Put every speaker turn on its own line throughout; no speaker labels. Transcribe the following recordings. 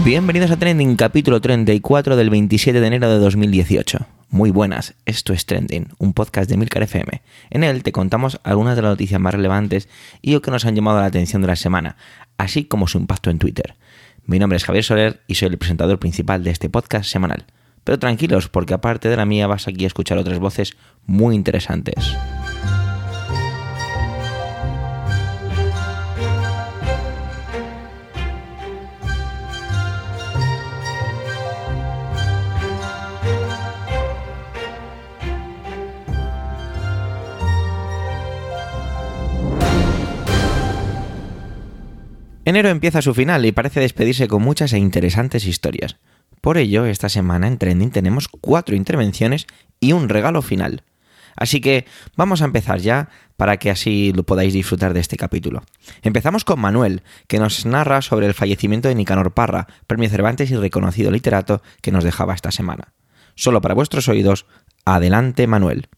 Bienvenidos a Trending, capítulo 34 del 27 de enero de 2018. Muy buenas, esto es Trending, un podcast de Milcar FM. En él te contamos algunas de las noticias más relevantes y o que nos han llamado la atención de la semana, así como su impacto en Twitter. Mi nombre es Javier Soler y soy el presentador principal de este podcast semanal. Pero tranquilos, porque aparte de la mía vas aquí a escuchar otras voces muy interesantes. Enero empieza su final y parece despedirse con muchas e interesantes historias. Por ello, esta semana en Trending tenemos 4 intervenciones y un regalo final. Así que vamos a empezar ya para que así lo podáis disfrutar de este capítulo. Empezamos con Manuel, que nos narra sobre el fallecimiento de Nicanor Parra, premio Cervantes y reconocido literato que nos dejaba esta semana. Solo para vuestros oídos, adelante Manuel.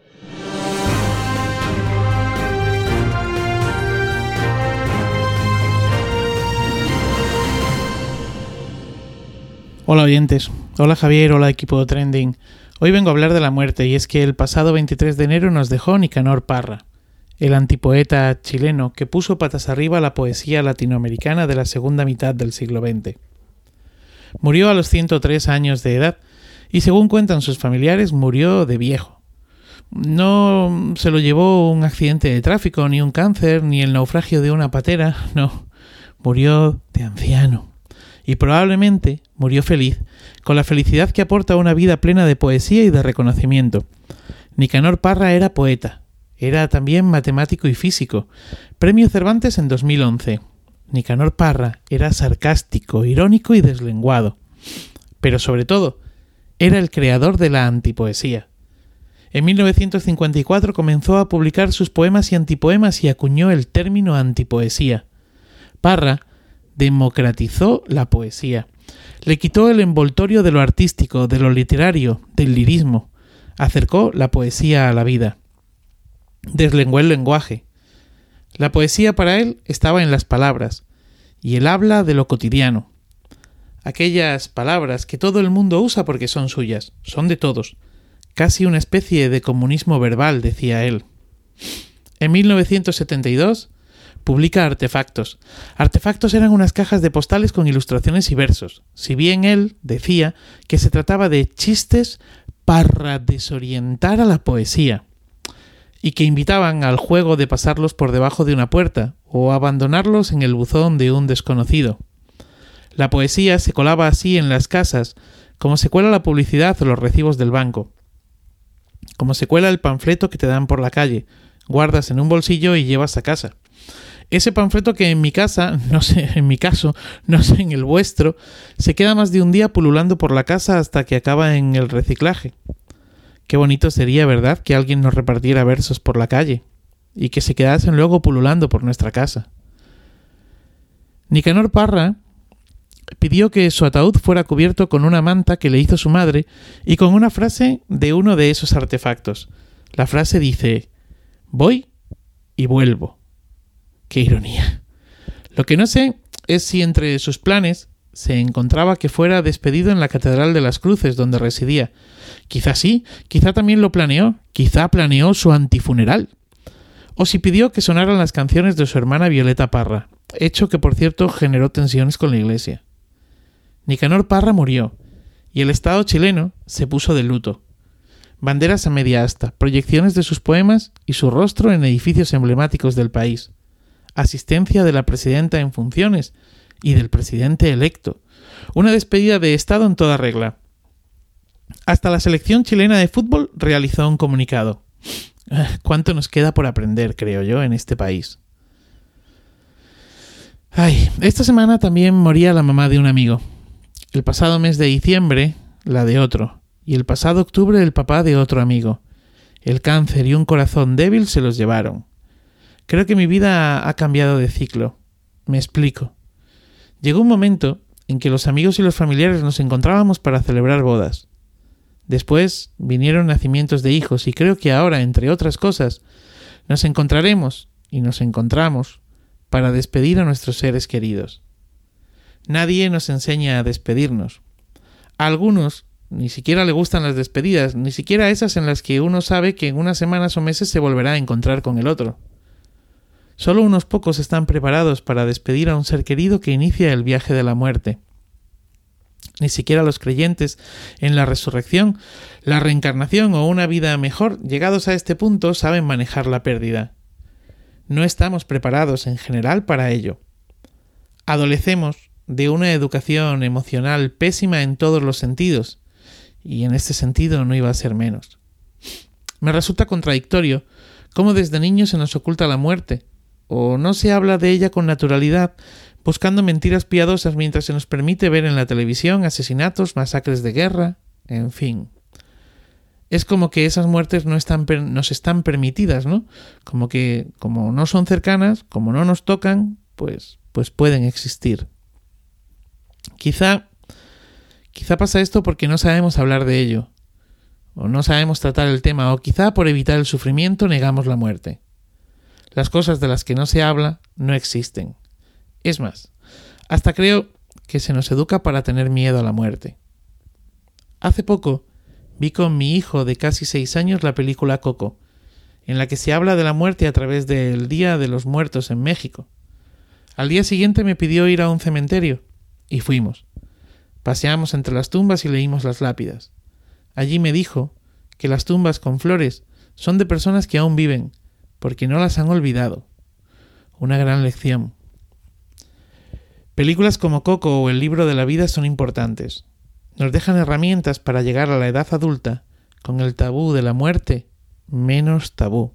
Hola oyentes, hola Javier, hola equipo de Trending. Hoy vengo a hablar de la muerte y es que el pasado 23 de enero nos dejó Nicanor Parra, el antipoeta chileno que puso patas arriba la poesía latinoamericana de la segunda mitad del siglo XX. Murió a los 103 años de edad y según cuentan sus familiares murió de viejo. No se lo llevó un accidente de tráfico, ni un cáncer, ni el naufragio de una patera, no, murió de anciano. Y probablemente murió feliz, con la felicidad que aporta una vida plena de poesía y de reconocimiento. Nicanor Parra era poeta, era también matemático y físico. Premio Cervantes en 2011. Nicanor Parra era sarcástico, irónico y deslenguado. Pero sobre todo, era el creador de la antipoesía. En 1954 comenzó a publicar sus poemas y antipoemas y acuñó el término antipoesía. Parra democratizó la poesía. Le quitó el envoltorio de lo artístico, de lo literario, del lirismo. Acercó la poesía a la vida. Deslenguó el lenguaje. La poesía para él estaba en las palabras, y él habla de lo cotidiano. Aquellas palabras que todo el mundo usa porque son suyas, son de todos. Casi una especie de comunismo verbal, decía él. En 1972 publica Artefactos. Artefactos eran unas cajas de postales con ilustraciones y versos, si bien él decía que se trataba de chistes para desorientar a la poesía y que invitaban al juego de pasarlos por debajo de una puerta o abandonarlos en el buzón de un desconocido. La poesía se colaba así en las casas, como se cuela la publicidad o los recibos del banco, como se cuela el panfleto que te dan por la calle, guardas en un bolsillo y llevas a casa. Ese panfleto que en mi casa, no sé, en mi caso, no sé en el vuestro, se queda más de un día pululando por la casa hasta que acaba en el reciclaje. Qué bonito sería, ¿verdad?, que alguien nos repartiera versos por la calle y que se quedasen luego pululando por nuestra casa. Nicanor Parra pidió que su ataúd fuera cubierto con una manta que le hizo su madre y con una frase de uno de esos artefactos. La frase dice: voy y vuelvo. ¡Qué ironía! Lo que no sé es si entre sus planes se encontraba que fuera despedido en la Catedral de las Cruces, donde residía. Quizá sí, quizá también lo planeó, quizá planeó su antifuneral. O si pidió que sonaran las canciones de su hermana Violeta Parra, hecho que por cierto generó tensiones con la Iglesia. Nicanor Parra murió, y el Estado chileno se puso de luto. Banderas a media asta, proyecciones de sus poemas y su rostro en edificios emblemáticos del país. Asistencia de la presidenta en funciones y del presidente electo. Una despedida de Estado en toda regla. Hasta la selección chilena de fútbol realizó un comunicado. ¿Cuánto nos queda por aprender, creo yo, en este país? Esta semana también moría la mamá de un amigo. El pasado mes de diciembre, la de otro. Y el pasado octubre, el papá de otro amigo. El cáncer y un corazón débil se los llevaron. Creo que mi vida ha cambiado de ciclo. Me explico. Llegó un momento en que los amigos y los familiares nos encontrábamos para celebrar bodas. Después vinieron nacimientos de hijos y creo que ahora, entre otras cosas, nos encontraremos y nos encontramos para despedir a nuestros seres queridos. Nadie nos enseña a despedirnos. A algunos ni siquiera le gustan las despedidas, ni siquiera esas en las que uno sabe que en unas semanas o meses se volverá a encontrar con el otro. Solo unos pocos están preparados para despedir a un ser querido que inicia el viaje de la muerte. Ni siquiera los creyentes en la resurrección, la reencarnación o una vida mejor, llegados a este punto, saben manejar la pérdida. No estamos preparados en general para ello. Adolecemos de una educación emocional pésima en todos los sentidos, y en este sentido no iba a ser menos. Me resulta contradictorio cómo desde niños se nos oculta la muerte, o no se habla de ella con naturalidad, buscando mentiras piadosas mientras se nos permite ver en la televisión asesinatos, masacres de guerra, en fin. Es como que esas muertes nos están permitidas, ¿no? Como que, como no son cercanas, como no nos tocan, pues pueden existir. Quizá pasa esto porque no sabemos hablar de ello, o no sabemos tratar el tema, o quizá por evitar el sufrimiento negamos la muerte. Las cosas de las que no se habla no existen. Es más, hasta creo que se nos educa para tener miedo a la muerte. Hace poco vi con mi hijo de casi 6 años la película Coco, en la que se habla de la muerte a través del Día de los Muertos en México. Al día siguiente me pidió ir a un cementerio, y fuimos. Paseamos entre las tumbas y leímos las lápidas. Allí me dijo que las tumbas con flores son de personas que aún viven, porque no las han olvidado. Una gran lección. Películas como Coco o El libro de la vida son importantes. Nos dejan herramientas para llegar a la edad adulta con el tabú de la muerte menos tabú.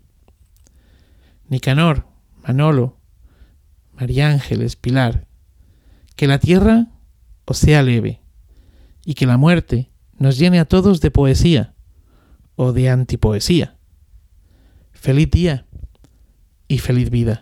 Nicanor, Manolo, María Ángeles, Pilar, que la tierra os sea leve y que la muerte nos llene a todos de poesía o de antipoesía. Feliz día y feliz vida.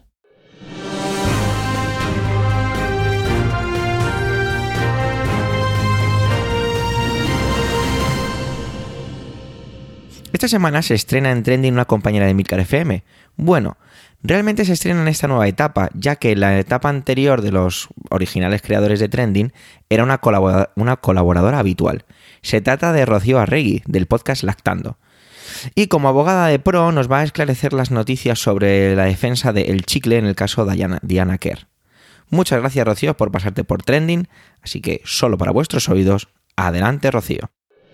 Esta semana se estrena en Trending una compañera de Milcar FM. Bueno, realmente se estrena en esta nueva etapa, ya que la etapa anterior de los originales creadores de Trending era una colaboradora habitual. Se trata de Rocío Arregui, del podcast Lactando. Y como abogada de pro nos va a esclarecer las noticias sobre la defensa de El Chicle en el caso de Diana Quer. Muchas gracias, Rocío, por pasarte por Trending, así que solo para vuestros oídos, adelante, Rocío.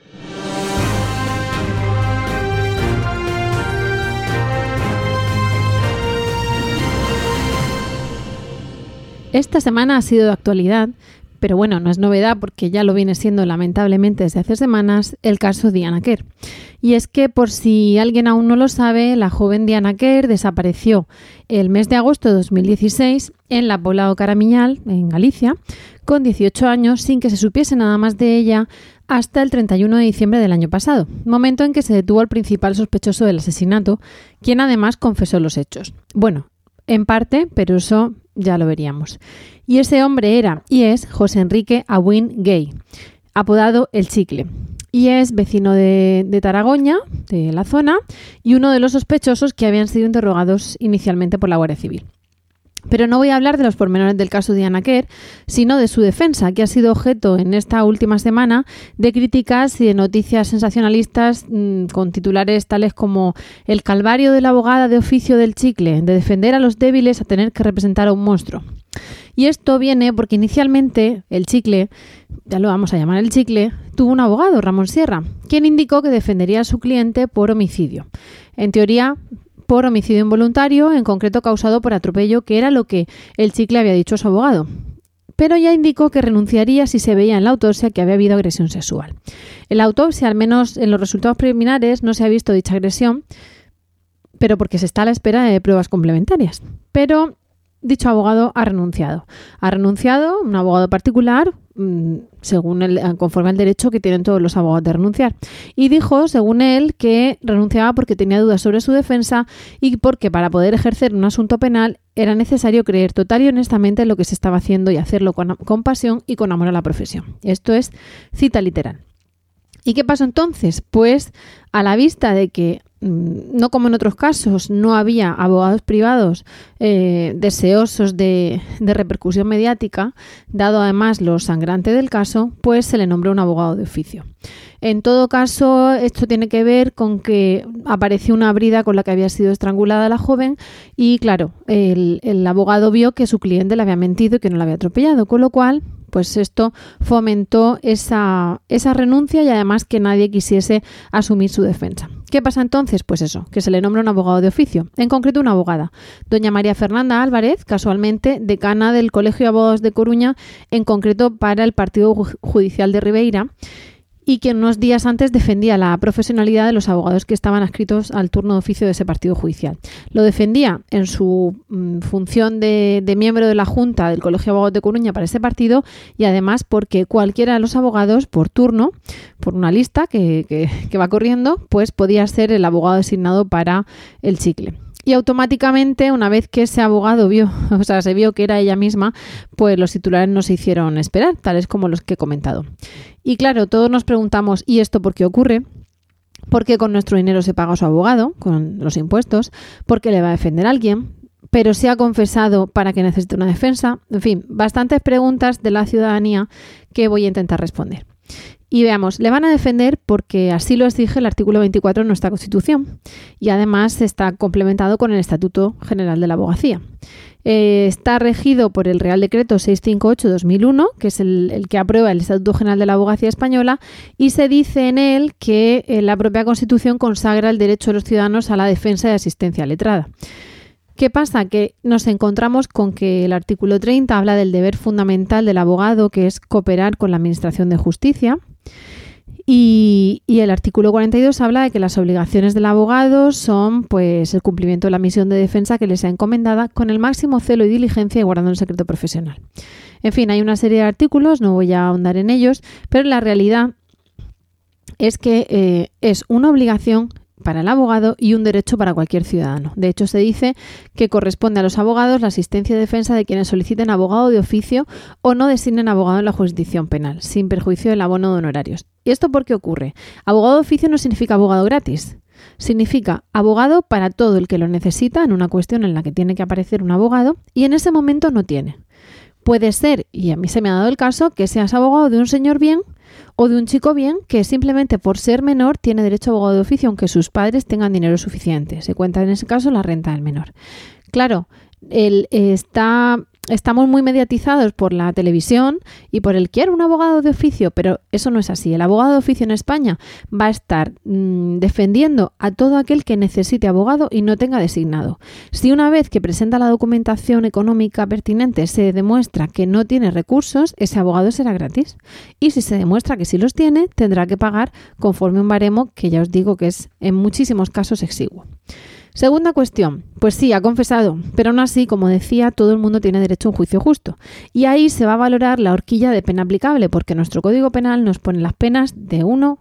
Esta semana ha sido de actualidad, pero bueno, no es novedad porque ya lo viene siendo lamentablemente desde hace semanas el caso Diana Quer. Y es que, por si alguien aún no lo sabe, la joven Diana Quer desapareció el mes de agosto de 2016 en la Poblado Caramiñal, en Galicia, con 18 años, sin que se supiese nada más de ella hasta el 31 de diciembre del año pasado, momento en que se detuvo al principal sospechoso del asesinato, quien además confesó los hechos. Bueno, en parte, pero eso ya lo veríamos. Y ese hombre era y es José Enrique Abuin Gay, apodado El Chicle, y es vecino de Taragoña, de la zona, y uno de los sospechosos que habían sido interrogados inicialmente por la Guardia Civil. Pero no voy a hablar de los pormenores del caso Diana Quer, sino de su defensa, que ha sido objeto en esta última semana de críticas y de noticias sensacionalistas con titulares tales como el calvario de la abogada de oficio del Chicle, de defender a los débiles a tener que representar a un monstruo. Y esto viene porque inicialmente el Chicle, ya lo vamos a llamar el Chicle, tuvo un abogado, Ramón Sierra, quien indicó que defendería a su cliente por homicidio. En teoría, por homicidio involuntario, en concreto causado por atropello, que era lo que el Chicle había dicho a su abogado. Pero ya indicó que renunciaría si se veía en la autopsia que había habido agresión sexual. En la autopsia, al menos en los resultados preliminares, no se ha visto dicha agresión, pero porque se está a la espera de pruebas complementarias. Pero dicho abogado ha renunciado. Ha renunciado un abogado particular, conforme al derecho que tienen todos los abogados de renunciar. Y dijo, según él, que renunciaba porque tenía dudas sobre su defensa y porque para poder ejercer un asunto penal era necesario creer total y honestamente en lo que se estaba haciendo y hacerlo con pasión y con amor a la profesión. Esto es cita literal. ¿Y qué pasó entonces? Pues a la vista de que no como en otros casos, no había abogados privados deseosos de repercusión mediática, dado además lo sangrante del caso, pues se le nombró un abogado de oficio. En todo caso, esto tiene que ver con que apareció una brida con la que había sido estrangulada la joven y, claro, el abogado vio que su cliente le había mentido y que no la había atropellado, con lo cual, pues esto fomentó esa renuncia y además que nadie quisiese asumir su defensa. ¿Qué pasa entonces? Pues eso, que se le nombra un abogado de oficio, en concreto una abogada, doña María Fernanda Álvarez, casualmente decana del Colegio de Abogados de Coruña, en concreto para el Partido Judicial de Ribeira, y que unos días antes defendía la profesionalidad de los abogados que estaban adscritos al turno de oficio de ese partido judicial. Lo defendía en su función de miembro de la Junta del Colegio de Abogados de Coruña para ese partido y además porque cualquiera de los abogados por turno, por una lista que va corriendo, pues podía ser el abogado designado para el chicle. Y automáticamente, una vez que ese abogado se vio que era ella misma, pues los titulares no se hicieron esperar, tales como los que he comentado. Y claro, todos nos preguntamos, ¿y esto por qué ocurre? ¿Por qué con nuestro dinero se paga a su abogado, con los impuestos? ¿Por qué le va a defender a alguien? ¿Pero se ha confesado para que necesite una defensa? En fin, bastantes preguntas de la ciudadanía que voy a intentar responder. Y veamos, le van a defender porque así lo exige el artículo 24 de nuestra Constitución y además está complementado con el Estatuto General de la Abogacía. Está regido por el Real Decreto 658/2001, que es el que aprueba el Estatuto General de la Abogacía Española, y se dice en él que la propia Constitución consagra el derecho de los ciudadanos a la defensa y asistencia letrada. ¿Qué pasa? Que nos encontramos con que el artículo 30 habla del deber fundamental del abogado, que es cooperar con la Administración de Justicia. Y el artículo 42 habla de que las obligaciones del abogado son pues el cumplimiento de la misión de defensa que le sea encomendada con el máximo celo y diligencia y guardando el secreto profesional. En fin, hay una serie de artículos, no voy a ahondar en ellos, pero la realidad es que es una obligación para el abogado y un derecho para cualquier ciudadano. De hecho, se dice que corresponde a los abogados la asistencia y defensa de quienes soliciten abogado de oficio o no designen abogado en la jurisdicción penal, sin perjuicio del abono de honorarios. ¿Y esto por qué ocurre? Abogado de oficio no significa abogado gratis. Significa abogado para todo el que lo necesita en una cuestión en la que tiene que aparecer un abogado y en ese momento no tiene. Puede ser, y a mí se me ha dado el caso, que seas abogado de un señor bien o de un chico bien que simplemente por ser menor tiene derecho a abogado de oficio aunque sus padres tengan dinero suficiente. Se cuenta en ese caso la renta del menor. Claro, estamos muy mediatizados por la televisión y por el quiero un abogado de oficio, pero eso no es así. El abogado de oficio en España va a estar defendiendo a todo aquel que necesite abogado y no tenga designado. Si una vez que presenta la documentación económica pertinente se demuestra que no tiene recursos, ese abogado será gratis. Y si se demuestra que sí los tiene, tendrá que pagar conforme un baremo que ya os digo que es en muchísimos casos exiguo. Segunda cuestión, pues sí, ha confesado, pero aún así, como decía, todo el mundo tiene derecho a un juicio justo. Y ahí se va a valorar la horquilla de pena aplicable, porque nuestro Código Penal nos pone las penas de un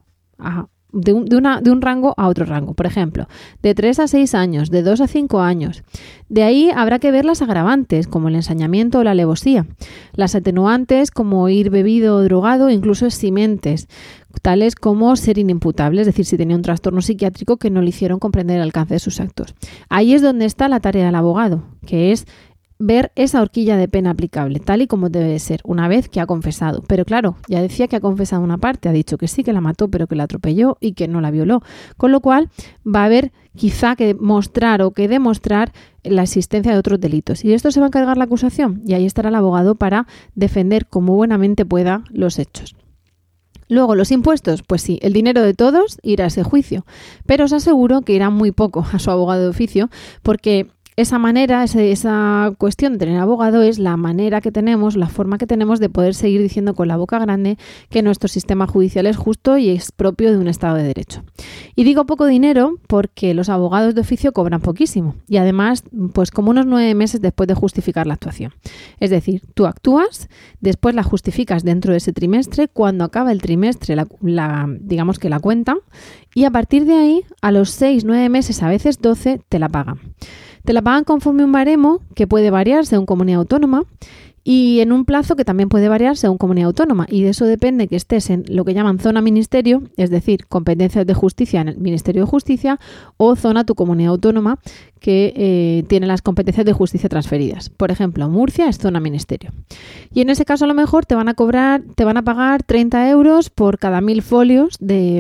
rango a otro rango. Por ejemplo, de 3 a 6 años, de 2 a 5 años. De ahí habrá que ver las agravantes, como el ensañamiento o la alevosía. Las atenuantes, como ir bebido o drogado, incluso eximentes, tales como ser inimputable, es decir, si tenía un trastorno psiquiátrico que no le hicieron comprender el alcance de sus actos. Ahí es donde está la tarea del abogado, que es ver esa horquilla de pena aplicable, tal y como debe de ser, una vez que ha confesado. Pero claro, ya decía que ha confesado una parte, ha dicho que sí, que la mató, pero que la atropelló y que no la violó. Con lo cual va a haber quizá que mostrar o que demostrar la existencia de otros delitos. Y esto se va a encargar la acusación y ahí estará el abogado para defender como buenamente pueda los hechos. Luego, los impuestos, pues sí, el dinero de todos irá a ese juicio, pero os aseguro que irá muy poco a su abogado de oficio porque esa manera, esa cuestión de tener abogado es la manera que tenemos, la forma que tenemos de poder seguir diciendo con la boca grande que nuestro sistema judicial es justo y es propio de un Estado de Derecho. Y digo poco dinero porque los abogados de oficio cobran poquísimo y además pues como unos 9 meses después de justificar la actuación. Es decir, tú actúas, después la justificas dentro de ese trimestre, cuando acaba el trimestre digamos que la cuentan y a partir de ahí a los 6, 9 meses, a veces 12, te la pagan. Te la pagan conforme un baremo que puede variar según comunidad autónoma y en un plazo que también puede variar según comunidad autónoma, y de eso depende que estés en lo que llaman zona ministerio, es decir, competencias de justicia en el Ministerio de Justicia, o zona tu comunidad autónoma que tiene las competencias de justicia transferidas. Por ejemplo, Murcia es zona ministerio. Y en ese caso a lo mejor te van a pagar 30 euros por cada 1000 folios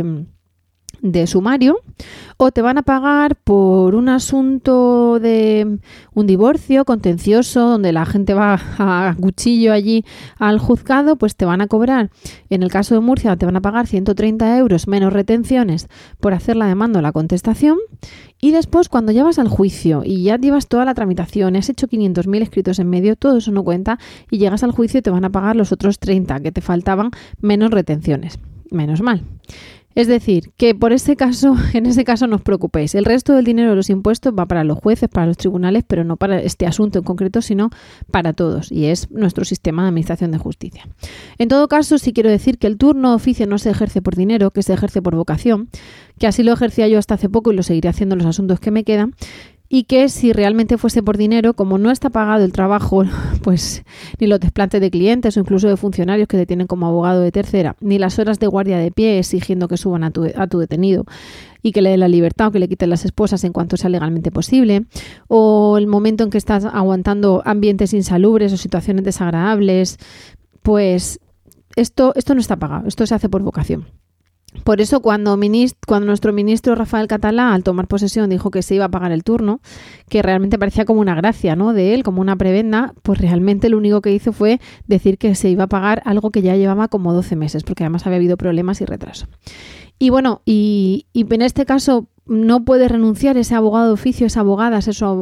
de sumario, o te van a pagar por un asunto de un divorcio contencioso donde la gente va a cuchillo allí al juzgado, pues te van a cobrar, en el caso de Murcia te van a pagar 130 euros menos retenciones por hacer la demanda o la contestación, y después cuando ya vas al juicio y ya llevas toda la tramitación, has hecho 500.000 escritos en medio, todo eso no cuenta, y llegas al juicio y te van a pagar los otros 30 que te faltaban menos retenciones. Menos mal. Es decir, que en ese caso no os preocupéis. El resto del dinero de los impuestos va para los jueces, para los tribunales, pero no para este asunto en concreto, sino para todos. Y es nuestro sistema de administración de justicia. En todo caso, sí quiero decir que el turno de oficio no se ejerce por dinero, que se ejerce por vocación, que así lo ejercía yo hasta hace poco y lo seguiré haciendo en los asuntos que me quedan. Y que si realmente fuese por dinero, como no está pagado el trabajo, pues ni los desplantes de clientes o incluso de funcionarios que te tienen como abogado de tercera, ni las horas de guardia de pie exigiendo que suban a tu detenido y que le den la libertad o que le quiten las esposas en cuanto sea legalmente posible, o el momento en que estás aguantando ambientes insalubres o situaciones desagradables, pues esto no está pagado, esto se hace por vocación. Por eso cuando nuestro ministro Rafael Catalá, al tomar posesión, dijo que se iba a pagar el turno, que realmente parecía como una gracia, ¿no?, de él, como una prebenda, pues realmente lo único que hizo fue decir que se iba a pagar algo que ya llevaba como 12 meses, porque además había habido problemas y retraso. Y bueno, y en este caso no puede renunciar ese abogado de oficio, esa abogada,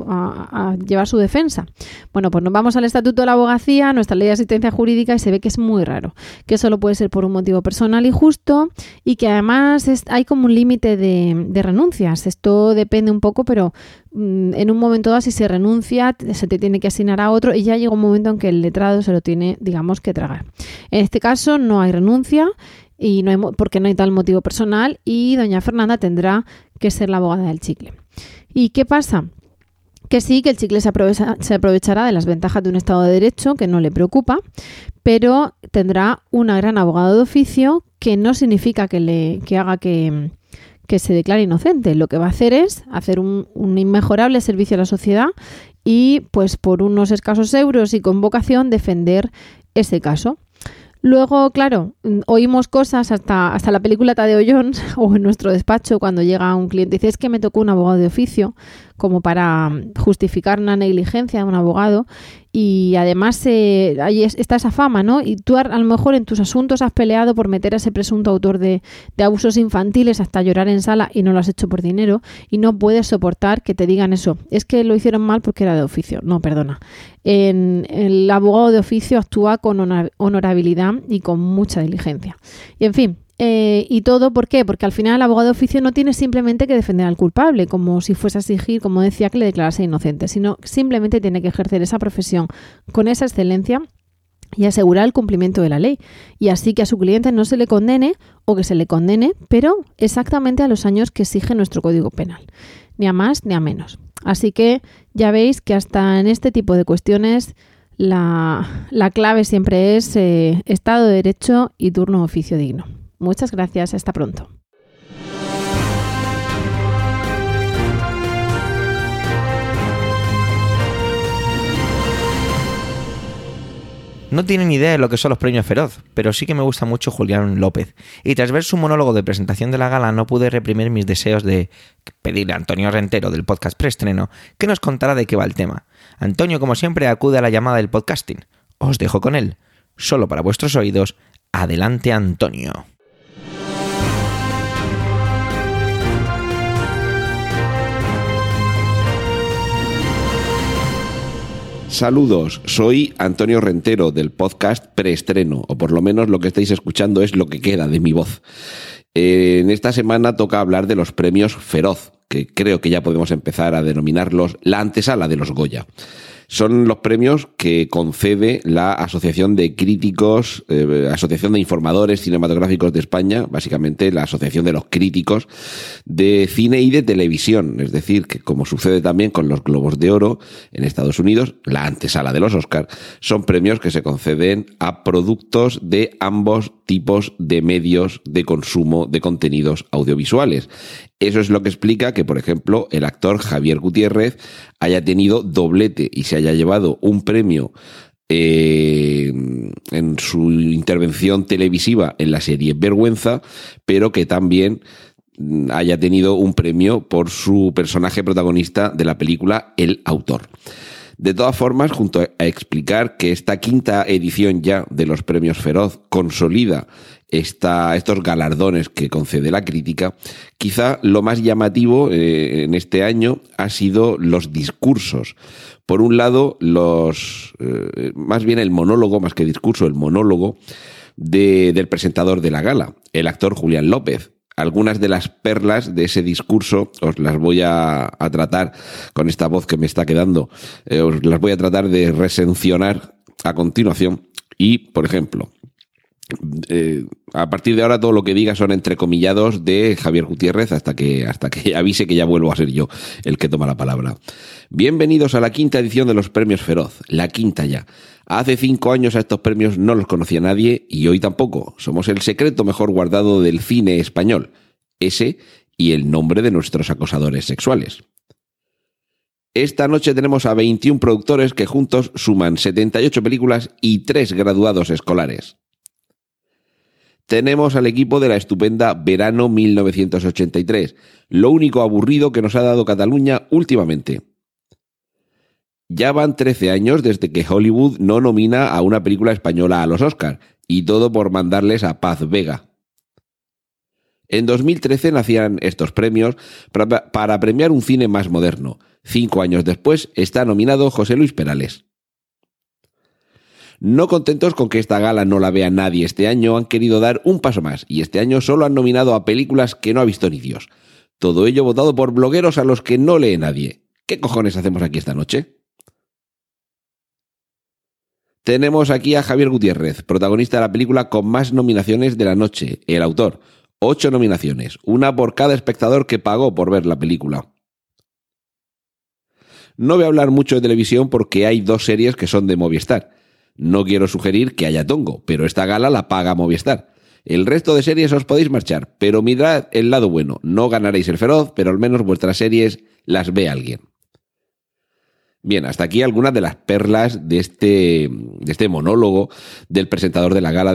a llevar su defensa. Bueno, pues nos vamos al Estatuto de la Abogacía, nuestra ley de asistencia jurídica, y se ve que es muy raro, que solo puede ser por un motivo personal y justo, y que además hay como un límite de renuncias. Esto depende un poco, pero en un momento dado, si se renuncia, se te tiene que asignar a otro, y ya llega un momento en que el letrado se lo tiene, digamos, que tragar. En este caso no hay renuncia, y porque no hay tal motivo personal, y doña Fernanda tendrá que ser la abogada del chicle. ¿Y qué pasa? Que sí, que el chicle se aprovechará de las ventajas de un Estado de Derecho, que no le preocupa, pero tendrá una gran abogada de oficio, que no significa que haga que se declare inocente. Lo que va a hacer es hacer un inmejorable servicio a la sociedad y, pues, por unos escasos euros y con vocación, defender ese caso. Luego, claro, oímos cosas hasta la película Tadeo Jones o en nuestro despacho cuando llega un cliente y dice: es que me tocó un abogado de oficio, como para justificar una negligencia de un abogado, y además ahí está esa fama, ¿no? Y tú a lo mejor en tus asuntos has peleado por meter a ese presunto autor de abusos infantiles hasta llorar en sala y no lo has hecho por dinero, y no puedes soportar que te digan eso. Es que lo hicieron mal porque era de oficio. No, perdona. El abogado de oficio actúa con honorabilidad y con mucha diligencia. Y en fin, ¿y todo por qué? Porque al final el abogado de oficio no tiene simplemente que defender al culpable, como si fuese a exigir, como decía, que le declarase inocente, sino simplemente tiene que ejercer esa profesión con esa excelencia y asegurar el cumplimiento de la ley, y así que a su cliente no se le condene, o que se le condene, pero exactamente a los años que exige nuestro Código Penal, ni a más ni a menos. Así que ya veis que hasta en este tipo de cuestiones la clave siempre es Estado de Derecho y turno de oficio digno. Muchas gracias, hasta pronto.
No tiene ni idea de lo que son los premios Feroz, pero sí que me gusta mucho Julián López, y tras ver su monólogo de presentación de la gala no pude reprimir mis deseos de pedirle a Antonio Rentero del podcast Preestreno que nos contara de qué va el tema. Antonio, como siempre, acude a la llamada del podcasting. Os dejo con él. Solo para vuestros oídos. Adelante, Antonio.
Saludos, soy Antonio Rentero del podcast Preestreno, o por lo menos lo que estáis escuchando es lo que queda de mi voz. En esta semana toca hablar de los premios Feroz, que creo que ya podemos empezar a denominarlos la antesala de los Goya. Son los premios que concede la Asociación de Críticos, Asociación de Informadores Cinematográficos de España, básicamente la Asociación de los Críticos de Cine y de Televisión. Es decir, que como sucede también con los Globos de Oro en Estados Unidos, la antesala de los Oscar, son premios que se conceden a productos de ambos tipos de medios de consumo de contenidos audiovisuales. Eso es lo que explica que, por ejemplo, el actor Javier Gutiérrez haya tenido doblete y se haya llevado un premio en su intervención televisiva en la serie Vergüenza, pero que también haya tenido un premio por su personaje protagonista de la película El Autor. De todas formas, junto a explicar que esta quinta edición ya de los premios Feroz consolida estos galardones que concede la crítica, quizá lo más llamativo en este año ha sido los discursos. Por un lado, más bien el monólogo, más que discurso, el monólogo del presentador de la gala, el actor Julián López. Algunas de las perlas de ese discurso os las voy a tratar con esta voz que me está quedando. Os las voy a tratar de recensionar a continuación. Y, por ejemplo, a partir de ahora todo lo que diga son entrecomillados de Javier Gutiérrez hasta que avise que ya vuelvo a ser yo el que toma la palabra. Bienvenidos a la quinta edición de los Premios Feroz, la quinta ya. Hace 5 años a estos premios no los conocía nadie y hoy tampoco. Somos el secreto mejor guardado del cine español. Ese y el nombre de nuestros acosadores sexuales. Esta noche tenemos a 21 productores que juntos suman 78 películas y 3 graduados escolares. Tenemos al equipo de la estupenda Verano 1983, lo único aburrido que nos ha dado Cataluña últimamente. Ya van 13 años desde que Hollywood no nomina a una película española a los Oscar, y todo por mandarles a Paz Vega. En 2013 nacían estos premios para premiar un cine más moderno. 5 años después está nominado José Luis Perales. No contentos con que esta gala no la vea nadie este año, han querido dar un paso más, y este año solo han nominado a películas que no ha visto ni Dios. Todo ello votado por blogueros a los que no lee nadie. ¿Qué cojones hacemos aquí esta noche? Tenemos aquí a Javier Gutiérrez, protagonista de la película con más nominaciones de la noche, El Autor. 8 nominaciones, una por cada espectador que pagó por ver la película. No voy a hablar mucho de televisión porque hay 2 series que son de Movistar. No quiero sugerir que haya tongo, pero esta gala la paga Movistar. El resto de series os podéis marchar, pero mirad el lado bueno. No ganaréis el Feroz, pero al menos vuestras series las ve alguien. Bien, hasta aquí algunas de las perlas de este monólogo del presentador de la gala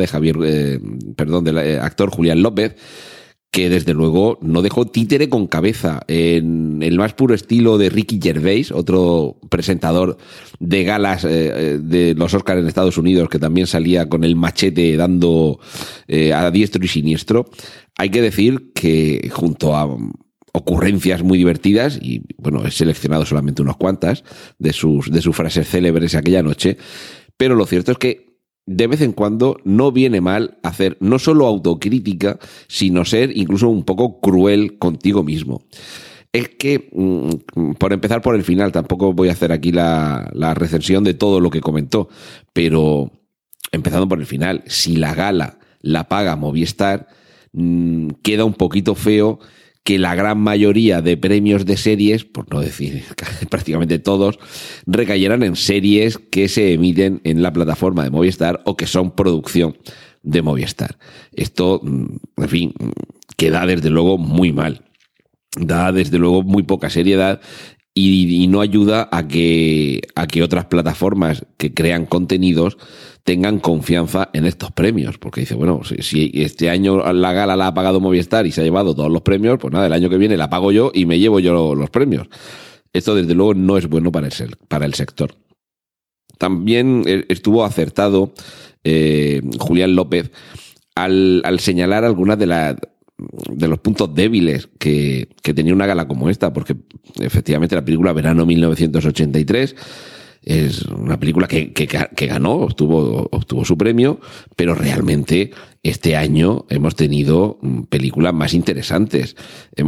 del actor Julián López, que desde luego no dejó títere con cabeza, en el más puro estilo de Ricky Gervais, otro presentador de galas de los Oscars en Estados Unidos, que también salía con el machete dando a diestro y siniestro. Hay que decir que junto a ocurrencias muy divertidas, y bueno, he seleccionado solamente unas cuantas de sus frases célebres aquella noche, pero lo cierto es que de vez en cuando no viene mal hacer no solo autocrítica, sino ser incluso un poco cruel contigo mismo. Es que, por empezar por el final, tampoco voy a hacer aquí la recensión de todo lo que comentó, pero empezando por el final, si la gala la paga Movistar, queda un poquito feo que la gran mayoría de premios de series, por no decir prácticamente todos, recayeran en series que se emiten en la plataforma de Movistar o que son producción de Movistar. Esto, en fin, queda desde luego muy mal. Da desde luego muy poca seriedad y no ayuda a que otras plataformas que crean contenidos tengan confianza en estos premios, porque dice, bueno, si este año la gala la ha pagado Movistar y se ha llevado todos los premios, pues nada, el año que viene la pago yo y me llevo yo los premios. Esto desde luego no es bueno para el sector. También estuvo acertado Julián López al señalar algunas de los puntos débiles que tenía una gala como esta, porque efectivamente la película Verano 1983 es una película que ganó, obtuvo su premio, pero realmente este año hemos tenido películas más interesantes.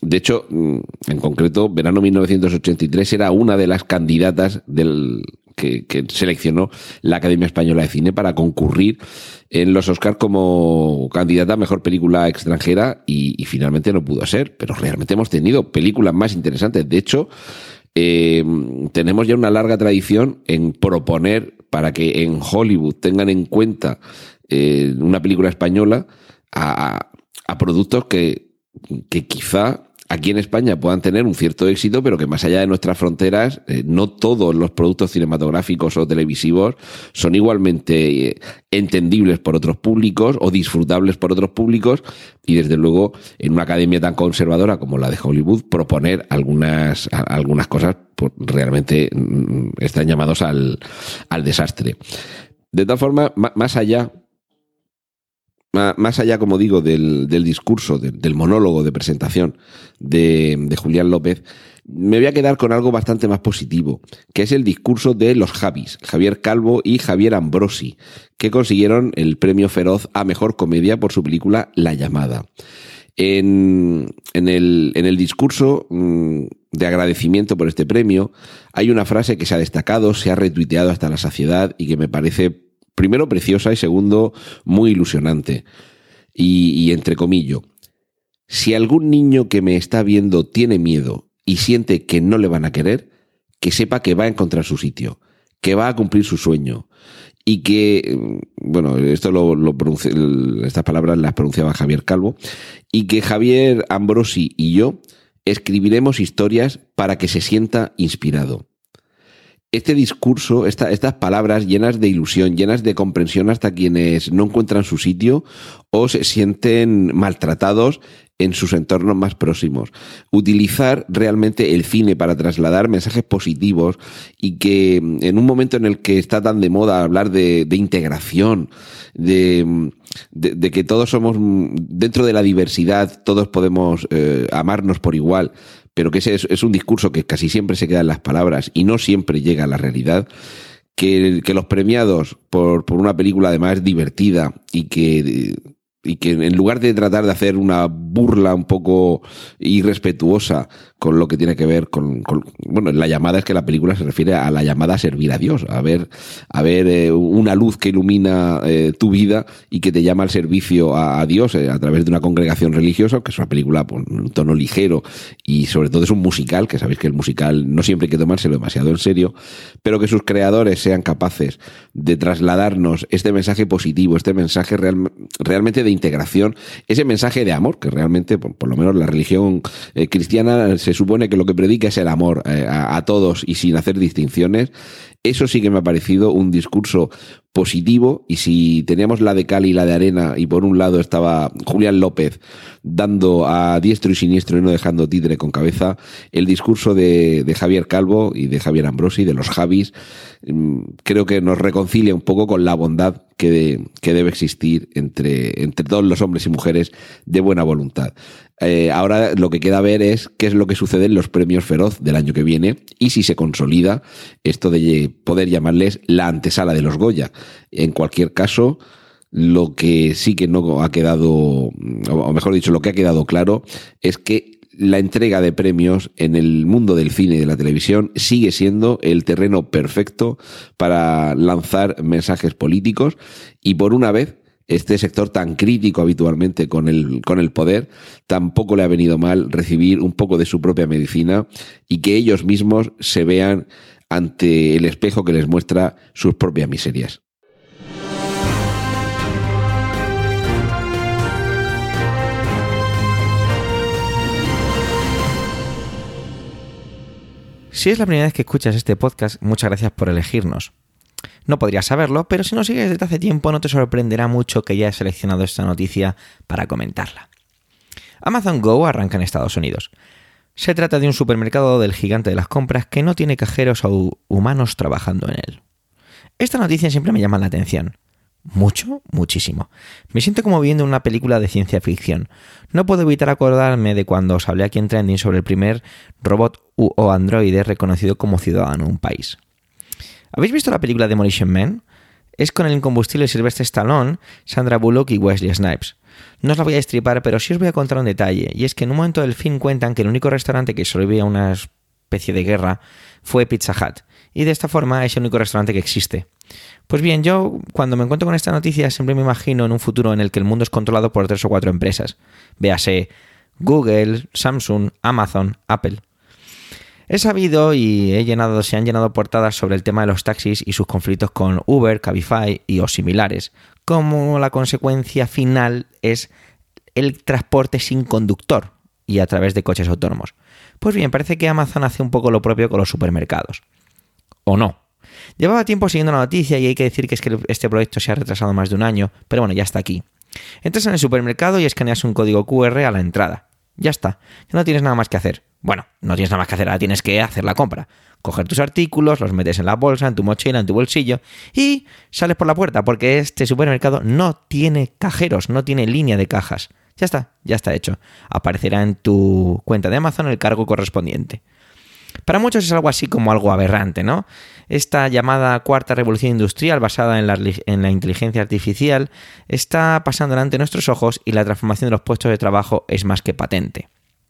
De hecho, en concreto, Verano 1983 era una de las candidatas que seleccionó la Academia Española de Cine para concurrir en los Oscars como candidata a Mejor Película Extranjera y finalmente no pudo ser, pero realmente hemos tenido películas más interesantes. De hecho, tenemos ya una larga tradición en proponer para que en Hollywood tengan en cuenta una película española a productos que quizá aquí en España puedan tener un cierto éxito, pero que más allá de nuestras fronteras, no todos los productos cinematográficos o televisivos son igualmente entendibles por otros públicos o disfrutables por otros públicos, y desde luego en una academia tan conservadora como la de Hollywood, proponer algunas cosas pues, realmente están llamados al desastre. De tal forma, más allá, como digo, del discurso, del monólogo de presentación de Julián López, me voy a quedar con algo bastante más positivo, que es el discurso de los Javis, Javier Calvo y Javier Ambrosi, que consiguieron el premio Feroz a Mejor Comedia por su película La Llamada. En el discurso de agradecimiento por este premio hay una frase que se ha destacado, se ha retuiteado hasta la saciedad y que me parece primero preciosa y segundo muy ilusionante. Y entre comillas, si algún niño que me está viendo tiene miedo y siente que no le van a querer, que sepa que va a encontrar su sitio, que va a cumplir su sueño y que, bueno, estas palabras las pronunciaba Javier Calvo, y que Javier Ambrosi y yo escribiremos historias para que se sienta inspirado. Este discurso, estas palabras llenas de ilusión, llenas de comprensión hasta quienes no encuentran su sitio o se sienten maltratados en sus entornos más próximos. Utilizar realmente el cine para trasladar mensajes positivos y que en un momento en el que está tan de moda hablar de integración, de que todos somos, dentro de la diversidad, todos podemos amarnos por igual, pero que ese es un discurso que casi siempre se queda en las palabras y no siempre llega a la realidad, que los premiados por una película además divertida y que en lugar de tratar de hacer una burla un poco irrespetuosa con lo que tiene que ver con bueno, La Llamada, es que la película se refiere a la llamada a servir a Dios, a ver una luz que ilumina tu vida y que te llama al servicio a Dios a través de una congregación religiosa, que es una película con un tono ligero y sobre todo es un musical, que sabéis que el musical no siempre hay que tomárselo demasiado en serio, pero que sus creadores sean capaces de trasladarnos este mensaje positivo, este mensaje realmente de integración, ese mensaje de amor, que realmente, por lo menos la religión cristiana se supone que lo que predica es el amor a todos y sin hacer distinciones. Eso sí que me ha parecido un discurso positivo, y si teníamos la de cal y la de arena y por un lado estaba Julián López dando a diestro y siniestro y no dejando títere con cabeza, el discurso de Javier Calvo y de Javier Ambrosi, de los Javis, creo que nos reconcilia un poco con la bondad que debe existir entre todos los hombres y mujeres de buena voluntad. Ahora lo que queda ver es qué es lo que sucede en los premios Feroz del año que viene y si se consolida esto de poder llamarles la antesala de los Goya. En cualquier caso, lo que sí que no ha quedado, o mejor dicho, lo que ha quedado claro es que la entrega de premios en el mundo del cine y de la televisión sigue siendo el terreno perfecto para lanzar mensajes políticos, y por una vez este sector tan crítico habitualmente con el poder, tampoco le ha venido mal recibir un poco de su propia medicina y que ellos mismos se vean ante el espejo que les muestra sus propias miserias.
Si es la primera vez que escuchas este podcast, muchas gracias por elegirnos. No podrías saberlo, pero si nos sigues desde hace tiempo no te sorprenderá mucho que ya he seleccionado esta noticia para comentarla. Amazon Go arranca en Estados Unidos. Se trata de un supermercado del gigante de las compras que no tiene cajeros o humanos trabajando en él. Esta noticia siempre me llama la atención. Mucho, muchísimo. Me siento como viendo una película de ciencia ficción. No puedo evitar acordarme de cuando os hablé aquí en Trending sobre el primer robot o androide reconocido como ciudadano en un país. ¿Habéis visto la película Demolition Man? Es con el incombustible Sylvester Stallone, Sandra Bullock y Wesley Snipes. No os la voy a destripar, pero sí os voy a contar un detalle, y es que en un momento del film cuentan que el único restaurante que sobrevivía a una especie de guerra fue Pizza Hut, y de esta forma es el único restaurante que existe. Pues bien, yo cuando me encuentro con esta noticia siempre me imagino en un futuro en el que el mundo es controlado por 3 o 4 empresas. Véase Google, Samsung, Amazon, Apple. He sabido y se han llenado portadas sobre el tema de los taxis y sus conflictos con Uber, Cabify o similares, como la consecuencia final es el transporte sin conductor y a través de coches autónomos. Pues bien, parece que Amazon hace un poco lo propio con los supermercados. ¿O no? Llevaba tiempo siguiendo la noticia y hay que decir que este proyecto se ha retrasado más de un año, pero bueno, ya está aquí. Entras en el supermercado y escaneas un código QR a la entrada. Ya está, ya no tienes nada más que hacer. Bueno, no tienes nada más que hacer, ahora tienes que hacer la compra. Coger tus artículos, los metes en la bolsa, en tu mochila, en tu bolsillo y sales por la puerta porque este supermercado no tiene cajeros, no tiene línea de cajas. Ya está hecho. Aparecerá en tu cuenta de Amazon el cargo correspondiente. Para muchos es algo así como algo aberrante, ¿no? Esta llamada cuarta revolución industrial basada en la inteligencia artificial está pasando delante de nuestros ojos y la transformación de los puestos de trabajo es más que patente.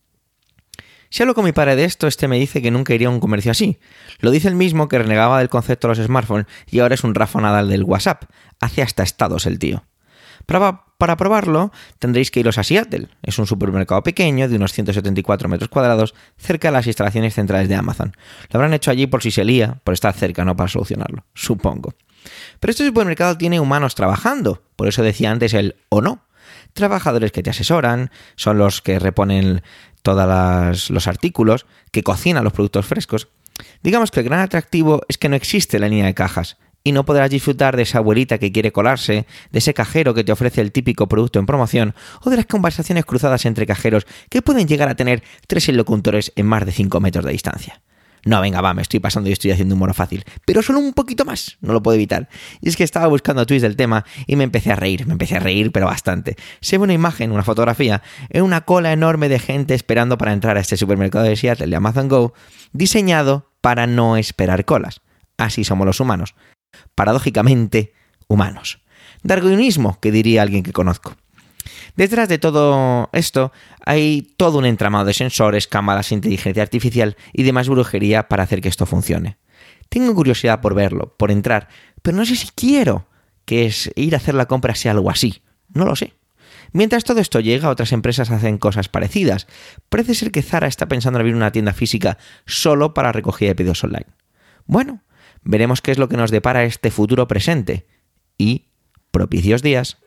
Si hablo con mi padre de esto, me dice que nunca iría a un comercio así. Lo dice el mismo que renegaba del concepto de los smartphones y ahora es un Rafa Nadal del WhatsApp. Hace hasta estados el tío. Para probarlo, tendréis que iros a Seattle. Es un supermercado pequeño de unos 174 metros cuadrados cerca de las instalaciones centrales de Amazon. Lo habrán hecho allí por si se lía, por estar cerca, no para solucionarlo, supongo. Pero este supermercado tiene humanos trabajando, por eso decía antes el o no. Trabajadores que te asesoran, son los que reponen todos los artículos, que cocinan los productos frescos. Digamos que el gran atractivo es que no existe la línea de cajas y no podrás disfrutar de esa abuelita que quiere colarse, de ese cajero que te ofrece el típico producto en promoción o de las conversaciones cruzadas entre cajeros que pueden llegar a tener 3 interlocutores en más de 5 metros de distancia. No, venga, va, me estoy pasando y estoy haciendo humor fácil, pero solo un poquito más, no lo puedo evitar. Y es que estaba buscando tweets del tema y me empecé a reír, pero bastante. Se ve una imagen, una fotografía, en una cola enorme de gente esperando para entrar a este supermercado de Seattle de Amazon Go, diseñado para no esperar colas. Así somos los humanos. Paradójicamente, humanos. Darwinismo, que diría alguien que conozco. Detrás de todo esto hay todo un entramado de sensores, cámaras, inteligencia artificial y demás brujería para hacer que esto funcione. Tengo curiosidad por verlo, por entrar, pero no sé si quiero que ir a hacer la compra sea algo así. No lo sé. Mientras todo esto llega, otras empresas hacen cosas parecidas. Parece ser que Zara está pensando en abrir una tienda física solo para recogida de pedidos online. Bueno, veremos qué es lo que nos depara este futuro presente. Y propicios días.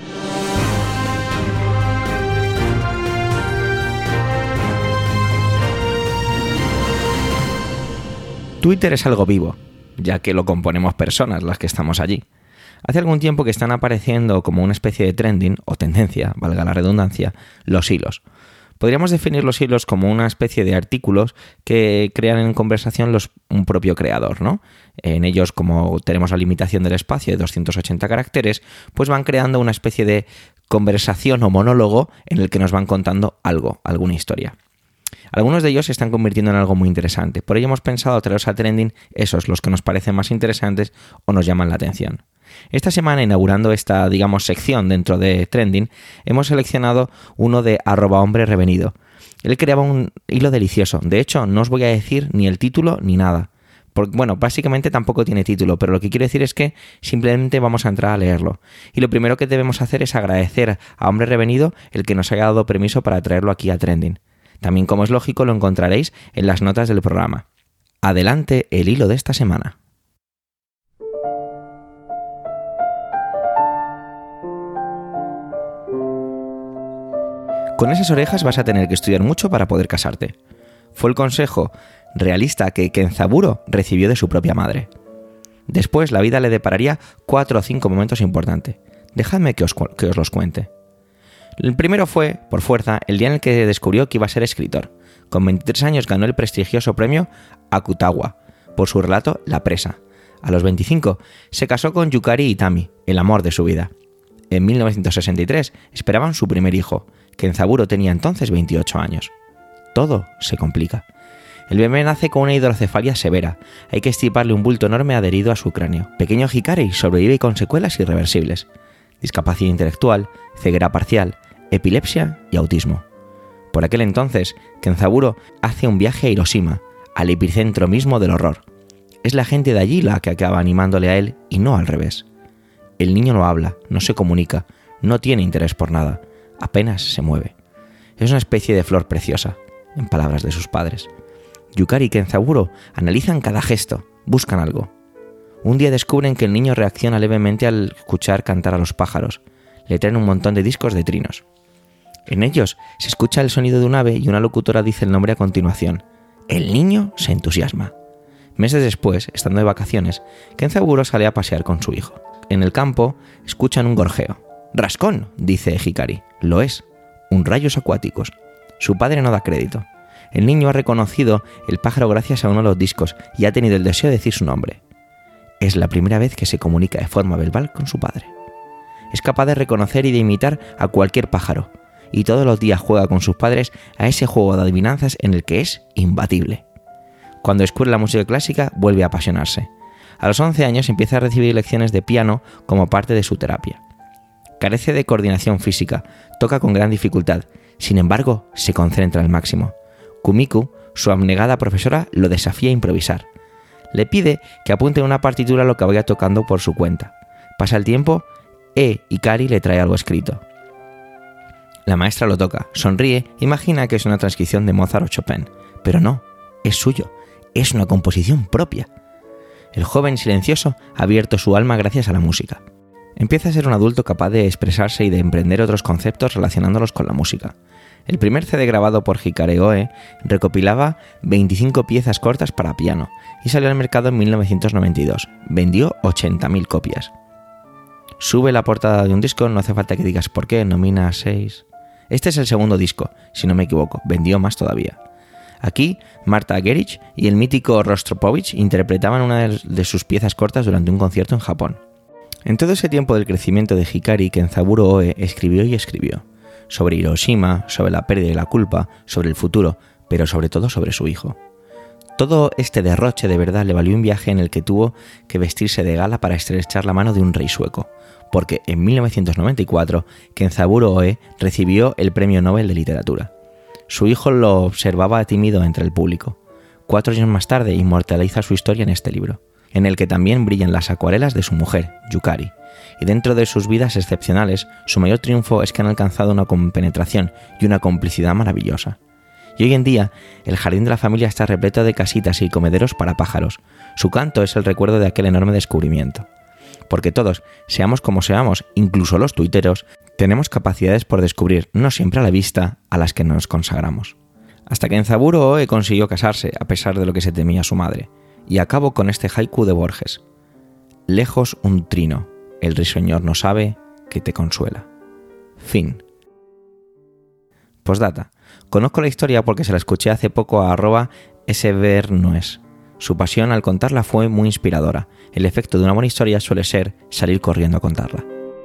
Twitter es algo vivo, ya que lo componemos personas las que estamos allí. Hace algún tiempo que están apareciendo como una especie de trending, o tendencia, valga la redundancia, los hilos. Podríamos definir los hilos como una especie de artículos que crean en conversación un propio creador, ¿no? En ellos, como tenemos la limitación del espacio de 280 caracteres, pues van creando una especie de conversación o monólogo en el que nos van contando algo, alguna historia. Algunos de ellos se están convirtiendo en algo muy interesante. Por ello hemos pensado traeros a Trending esos, los que nos parecen más interesantes o nos llaman la atención. Esta semana, inaugurando esta, sección dentro de Trending, hemos seleccionado uno de @hombre-revenido. Él creaba un hilo delicioso. De hecho, no os voy a decir ni el título ni nada. Porque, básicamente tampoco tiene título, pero lo que quiero decir es que simplemente vamos a entrar a leerlo. Y lo primero que debemos hacer es agradecer a Hombre Revenido el que nos haya dado permiso para traerlo aquí a Trending. También, como es lógico, lo encontraréis en las notas del programa. Adelante el hilo de esta semana. Con esas orejas vas a tener que estudiar mucho para poder casarte. Fue el consejo realista que Kenzaburo recibió de su propia madre. Después la vida le depararía 4 o 5 momentos importantes. Dejadme que os los cuente. El primero fue, por fuerza, el día en el que descubrió que iba a ser escritor. Con 23 años ganó el prestigioso premio Akutagawa por su relato La presa. A los 25 se casó con Yukari Itami, el amor de su vida. En 1963 esperaban su primer hijo. Kenzaburo tenía entonces 28 años. Todo se complica. El bebé nace con una hidrocefalia severa. Hay que extirparle un bulto enorme adherido a su cráneo. Pequeño Hikari sobrevive con secuelas irreversibles. Discapacidad intelectual, ceguera parcial, epilepsia y autismo. Por aquel entonces, Kenzaburo hace un viaje a Hiroshima, al epicentro mismo del horror. Es la gente de allí la que acaba animándole a él y no al revés. El niño no habla, no se comunica, no tiene interés por nada, apenas se mueve. Es una especie de flor preciosa, en palabras de sus padres. Yukari y Kenzaburo analizan cada gesto, buscan algo. Un día descubren que el niño reacciona levemente al escuchar cantar a los pájaros. Le traen un montón de discos de trinos. En ellos se escucha el sonido de un ave y una locutora dice el nombre a continuación. El niño se entusiasma. Meses después, estando de vacaciones, Kenzaburo sale a pasear con su hijo. En el campo escuchan un gorjeo. «¡Rascón!», dice Hikari. Lo es. Un rayos acuáticos. Su padre no da crédito. El niño ha reconocido el pájaro gracias a uno de los discos y ha tenido el deseo de decir su nombre. Es la primera vez que se comunica de forma verbal con su padre. Es capaz de reconocer y de imitar a cualquier pájaro, y todos los días juega con sus padres a ese juego de adivinanzas en el que es imbatible. Cuando descubre la música clásica, vuelve a apasionarse. A los 11 años empieza a recibir lecciones de piano como parte de su terapia. Carece de coordinación física, toca con gran dificultad, sin embargo, se concentra al máximo. Kumiko, su abnegada profesora, lo desafía a improvisar. Le pide que apunte en una partitura lo que vaya tocando por su cuenta. Pasa el tiempo, Hikari le trae algo escrito. La maestra lo toca, sonríe, imagina que es una transcripción de Mozart o Chopin, pero no, es suyo, es una composición propia. El joven silencioso ha abierto su alma gracias a la música. Empieza a ser un adulto capaz de expresarse y de emprender otros conceptos relacionándolos con la música. El primer CD grabado por Hikari Oe recopilaba 25 piezas cortas para piano y salió al mercado en 1992. Vendió 80.000 copias. Sube la portada de un disco, no hace falta que digas por qué, nomina 6. Este es el segundo disco, si no me equivoco, vendió más todavía. Aquí, Marta Gerich y el mítico Rostropovich interpretaban una de sus piezas cortas durante un concierto en Japón. En todo ese tiempo del crecimiento de Hikari, Kenzaburo Oe escribió y escribió. Sobre Hiroshima, sobre la pérdida y la culpa, sobre el futuro, pero sobre todo sobre su hijo. Todo este derroche de verdad le valió un viaje en el que tuvo que vestirse de gala para estrechar la mano de un rey sueco, porque en 1994 Kenzaburo Oe recibió el Premio Nobel de Literatura. Su hijo lo observaba tímido entre el público. 4 años más tarde inmortaliza su historia en este libro, en el que también brillan las acuarelas de su mujer, Yukari. Y dentro de sus vidas excepcionales, su mayor triunfo es que han alcanzado una compenetración y una complicidad maravillosa. Y hoy en día, el jardín de la familia está repleto de casitas y comederos para pájaros. Su canto es el recuerdo de aquel enorme descubrimiento. Porque todos, seamos como seamos, incluso los tuiteros, tenemos capacidades por descubrir, no siempre a la vista, a las que nos consagramos. Hasta que Kenzaburo Oe consiguió casarse, a pesar de lo que se temía su madre. Y acabo con este haiku de Borges. Lejos un trino, el risueñor no sabe que te consuela. Fin. Postdata. Conozco la historia porque se la escuché hace poco a @svernoes. Su pasión al contarla fue muy inspiradora. El efecto de una buena historia suele ser salir corriendo a contarla.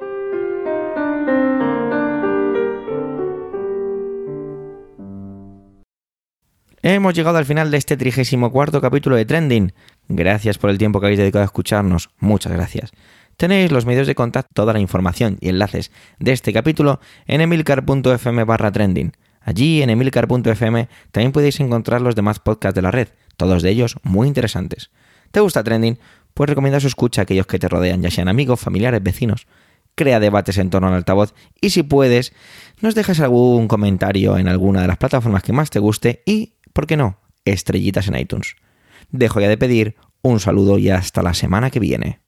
Hemos llegado al final de este 34º capítulo de Trending. Gracias por el tiempo que habéis dedicado a escucharnos. Muchas gracias. Tenéis los medios de contacto, toda la información y enlaces de este capítulo en emilcar.fm/trending. Allí, en emilcar.fm, también podéis encontrar los demás podcasts de la red, todos de ellos muy interesantes. ¿Te gusta Trending? Pues recomienda su escucha a aquellos que te rodean, ya sean amigos, familiares, vecinos. Crea debates en torno al altavoz y, si puedes, nos dejas algún comentario en alguna de las plataformas que más te guste y, ¿por qué no?, estrellitas en iTunes. Dejo ya de pedir, un saludo y hasta la semana que viene.